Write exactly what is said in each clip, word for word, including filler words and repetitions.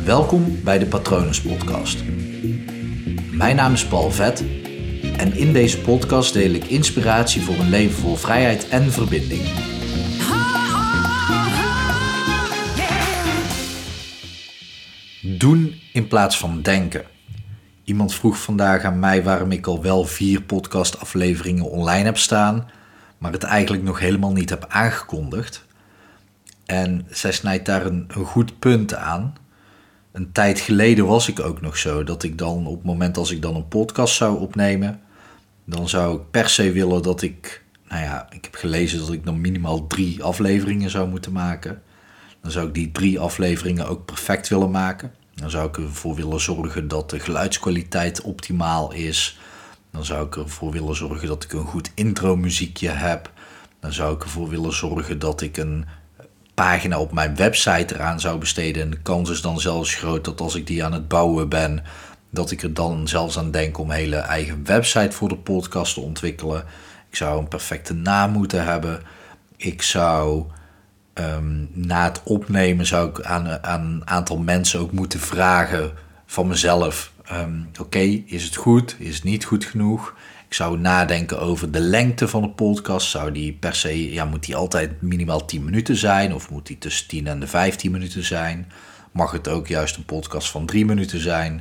Welkom bij de Patronus Podcast. Mijn naam is Paul Vet en in deze podcast deel ik inspiratie voor een leven vol vrijheid en verbinding. Doen in plaats van denken. Iemand vroeg vandaag aan mij waarom ik al wel vier podcastafleveringen online heb staan, maar het eigenlijk nog helemaal niet heb aangekondigd. En zij snijdt daar een, een goed punt aan. Een tijd geleden was ik ook nog zo dat ik dan op het moment als ik dan een podcast zou opnemen, dan zou ik per se willen dat ik, nou ja, ik heb gelezen dat ik dan minimaal drie afleveringen zou moeten maken. Dan zou ik die drie afleveringen ook perfect willen maken. Dan zou ik ervoor willen zorgen dat de geluidskwaliteit optimaal is. Dan zou ik ervoor willen zorgen dat ik een goed intro muziekje heb. Dan zou ik ervoor willen zorgen dat ik een pagina op mijn website eraan zou besteden. En de kans is dan zelfs groot dat als ik die aan het bouwen ben, dat ik er dan zelfs aan denk om een hele eigen website voor de podcast te ontwikkelen. Ik zou een perfecte naam moeten hebben. Ik zou um, na het opnemen zou ik aan, aan een aantal mensen ook moeten vragen van mezelf. Um, Oké, okay, is het goed? Is het niet goed genoeg? Ik zou nadenken over de lengte van de podcast. Zou die per se, ja, moet die altijd minimaal tien minuten zijn? Of moet die tussen tien en de vijftien minuten zijn? Mag het ook juist een podcast van drie minuten zijn?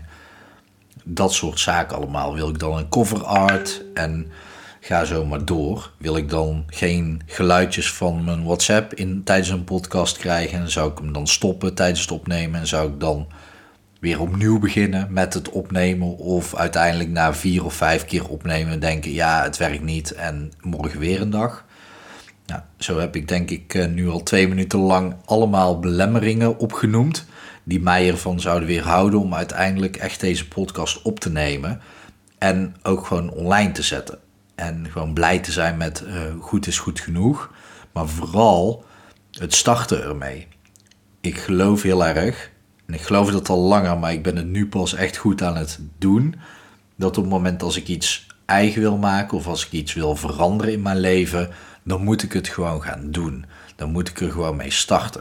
Dat soort zaken allemaal. Wil ik dan een cover art? En ga zo maar door. Wil ik dan geen geluidjes van mijn WhatsApp in, tijdens een podcast krijgen? En zou ik hem dan stoppen tijdens het opnemen? En zou ik dan weer opnieuw beginnen met het opnemen of uiteindelijk na vier of vijf keer opnemen denken, ja, het werkt niet en morgen weer een dag. Nou, zo heb ik denk ik nu al twee minuten lang allemaal belemmeringen opgenoemd die mij ervan zouden weerhouden om uiteindelijk echt deze podcast op te nemen en ook gewoon online te zetten. En gewoon blij te zijn met uh, goed is goed genoeg, maar vooral het starten ermee. Ik geloof heel erg, en ik geloof dat al langer, maar ik ben het nu pas echt goed aan het doen, dat op het moment als ik iets eigen wil maken of als ik iets wil veranderen in mijn leven, dan moet ik het gewoon gaan doen. Dan moet ik er gewoon mee starten.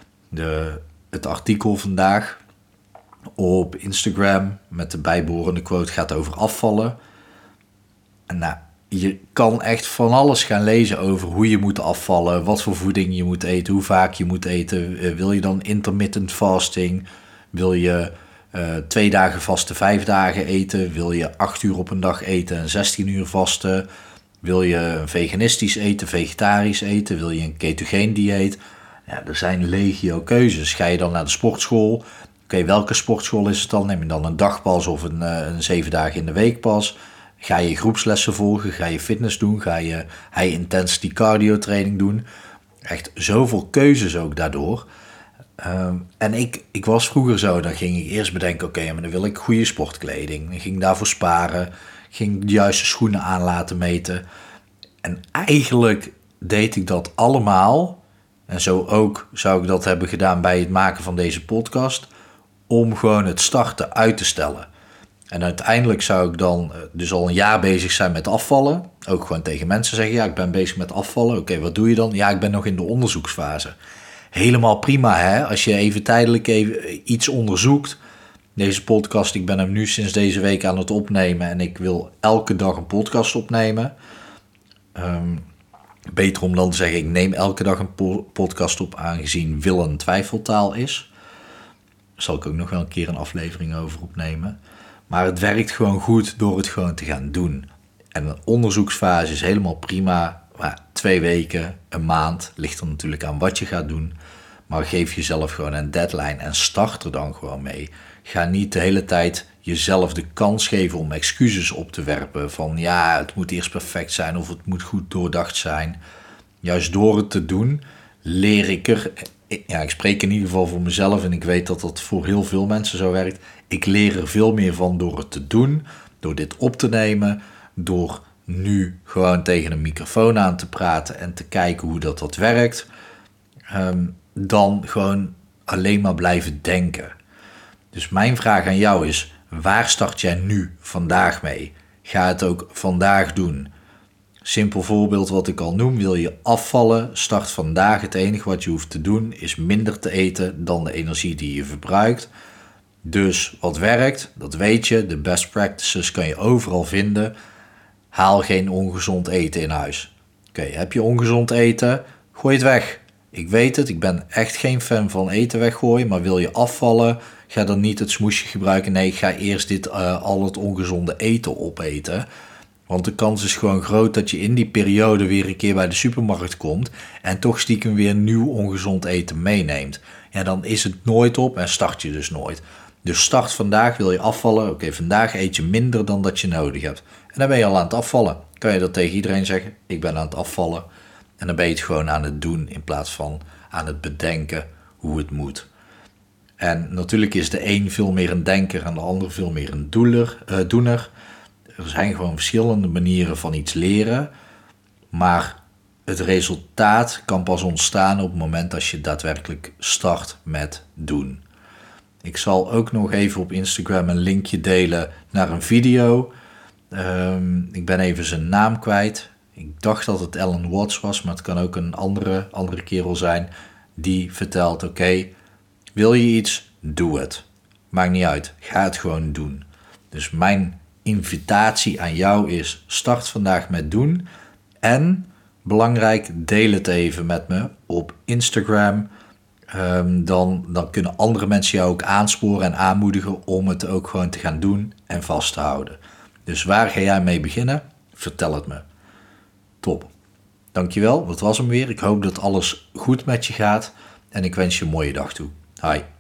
De, het artikel vandaag op Instagram met de bijbehorende quote gaat over afvallen. En nou, je kan echt van alles gaan lezen over hoe je moet afvallen, wat voor voeding je moet eten, hoe vaak je moet eten. Wil je dan intermittent fasting? Wil je uh, twee dagen vasten, vijf dagen eten? Wil je acht uur op een dag eten en zestien uur vasten? Wil je veganistisch eten, vegetarisch eten? Wil je een ketogeen dieet? Ja, er zijn legio keuzes. Ga je dan naar de sportschool? Oké, okay, welke sportschool is het dan? Neem je dan een dagpas of een, uh, een zeven dagen in de week pas? Ga je groepslessen volgen? Ga je fitness doen? Ga je high intensity cardio training doen? Echt zoveel keuzes ook daardoor. Um, en ik, ik was vroeger zo, dan ging ik eerst bedenken, oké, okay, maar dan wil ik goede sportkleding. Ik ging daarvoor sparen, ging de juiste schoenen aan laten meten. En eigenlijk deed ik dat allemaal, en zo ook zou ik dat hebben gedaan bij het maken van deze podcast, om gewoon het starten uit te stellen. En uiteindelijk zou ik dan dus al een jaar bezig zijn met afvallen. Ook gewoon tegen mensen zeggen, ja, ik ben bezig met afvallen. Oké, okay, wat doe je dan? Ja, ik ben nog in de onderzoeksfase. Helemaal prima, hè? Als je even tijdelijk even iets onderzoekt. Deze podcast, ik ben hem nu sinds deze week aan het opnemen. En ik wil elke dag een podcast opnemen. Um, beter om dan te zeggen, ik neem elke dag een po- podcast op, aangezien willen twijfeltaal is. Daar zal ik ook nog wel een keer een aflevering over opnemen. Maar het werkt gewoon goed door het gewoon te gaan doen. En een onderzoeksfase is helemaal prima. Maar twee weken, een maand, ligt er natuurlijk aan wat je gaat doen. Maar geef jezelf gewoon een deadline en start er dan gewoon mee. Ga niet de hele tijd jezelf de kans geven om excuses op te werpen. Van ja, het moet eerst perfect zijn of het moet goed doordacht zijn. Juist door het te doen, leer ik er. Ja, ik spreek in ieder geval voor mezelf en ik weet dat dat voor heel veel mensen zo werkt. Ik leer er veel meer van door het te doen, door dit op te nemen, door nu gewoon tegen een microfoon aan te praten en te kijken hoe dat, dat werkt, um, dan gewoon alleen maar blijven denken. Dus mijn vraag aan jou is, waar start jij nu vandaag mee? Ga het ook vandaag doen. Simpel voorbeeld wat ik al noem, wil je afvallen, start vandaag. Het enige wat je hoeft te doen is minder te eten dan de energie die je verbruikt. Dus wat werkt, dat weet je. De best practices kan je overal vinden. Haal geen ongezond eten in huis. Oké, okay, heb je ongezond eten? Gooi het weg. Ik weet het, ik ben echt geen fan van eten weggooien. Maar wil je afvallen, ga dan niet het smoesje gebruiken. Nee, ga eerst dit, uh, al het ongezonde eten opeten. Want de kans is gewoon groot dat je in die periode weer een keer bij de supermarkt komt en toch stiekem weer nieuw ongezond eten meeneemt. Ja, dan is het nooit op en start je dus nooit. Dus start vandaag, wil je afvallen, oké, okay, vandaag eet je minder dan dat je nodig hebt. En dan ben je al aan het afvallen. Kan je dat tegen iedereen zeggen? Ik ben aan het afvallen. En dan ben je het gewoon aan het doen in plaats van aan het bedenken hoe het moet. En natuurlijk is de een veel meer een denker en de ander veel meer een doeler, uh, doener. Er zijn gewoon verschillende manieren van iets leren, maar het resultaat kan pas ontstaan op het moment dat je daadwerkelijk start met doen. Ik zal ook nog even op Instagram een linkje delen naar een video. Um, ik ben even zijn naam kwijt. Ik dacht dat het Alan Watts was, maar het kan ook een andere, andere kerel zijn die vertelt, oké, okay, wil je iets, doe het. Maakt niet uit, ga het gewoon doen. Dus mijn invitatie aan jou is, start vandaag met doen. En, belangrijk, deel het even met me op Instagram. Um, dan, dan kunnen andere mensen jou ook aansporen en aanmoedigen om het ook gewoon te gaan doen en vast te houden. Dus waar ga jij mee beginnen? Vertel het me. Top. Dankjewel, dat was hem weer. Ik hoop dat alles goed met je gaat en ik wens je een mooie dag toe. Hoi.